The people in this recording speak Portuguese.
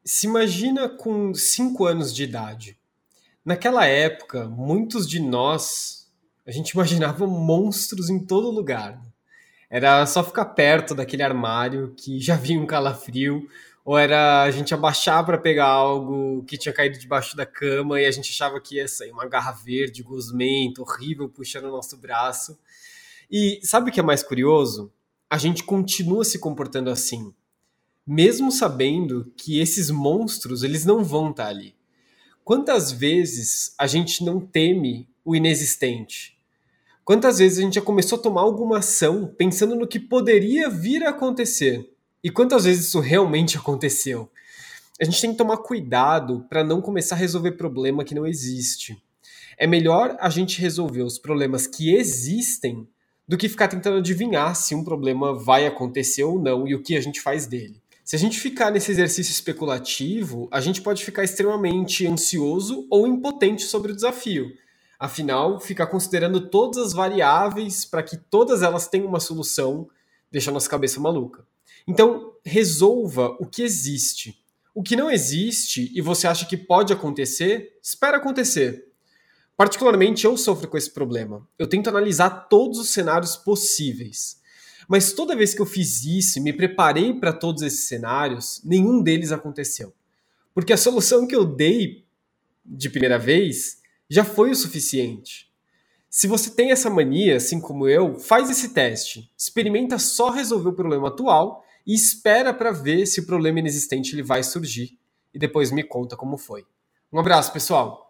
Se imagina com 5 anos de idade. Naquela época, muitos de nós, a gente imaginava monstros em todo lugar. Era só ficar perto daquele armário que já vinha um calafrio, ou era a gente abaixar para pegar algo que tinha caído debaixo da cama e a gente achava que ia sair uma garra verde, gosmento, horrível, puxando o nosso braço. E sabe o que é mais curioso? A gente continua se comportando assim, mesmo sabendo que esses monstros eles não vão estar ali. Quantas vezes a gente não teme o inexistente? Quantas vezes a gente já começou a tomar alguma ação pensando no que poderia vir a acontecer? E quantas vezes isso realmente aconteceu? A gente tem que tomar cuidado para não começar a resolver problema que não existe. É melhor a gente resolver os problemas que existem do que ficar tentando adivinhar se um problema vai acontecer ou não e o que a gente faz dele. Se a gente ficar nesse exercício especulativo, a gente pode ficar extremamente ansioso ou impotente sobre o desafio. Afinal, ficar considerando todas as variáveis para que todas elas tenham uma solução deixa a nossa cabeça maluca. Então, resolva o que existe. O que não existe e você acha que pode acontecer, espera acontecer. Particularmente, eu sofro com esse problema. Eu tento analisar todos os cenários possíveis. Mas toda vez que eu fiz isso e me preparei para todos esses cenários, nenhum deles aconteceu. Porque a solução que eu dei de primeira vez já foi o suficiente. Se você tem essa mania, assim como eu, faz esse teste. Experimenta só resolver o problema atual e espera para ver se o problema inexistente ele vai surgir. E depois me conta como foi. Um abraço, pessoal!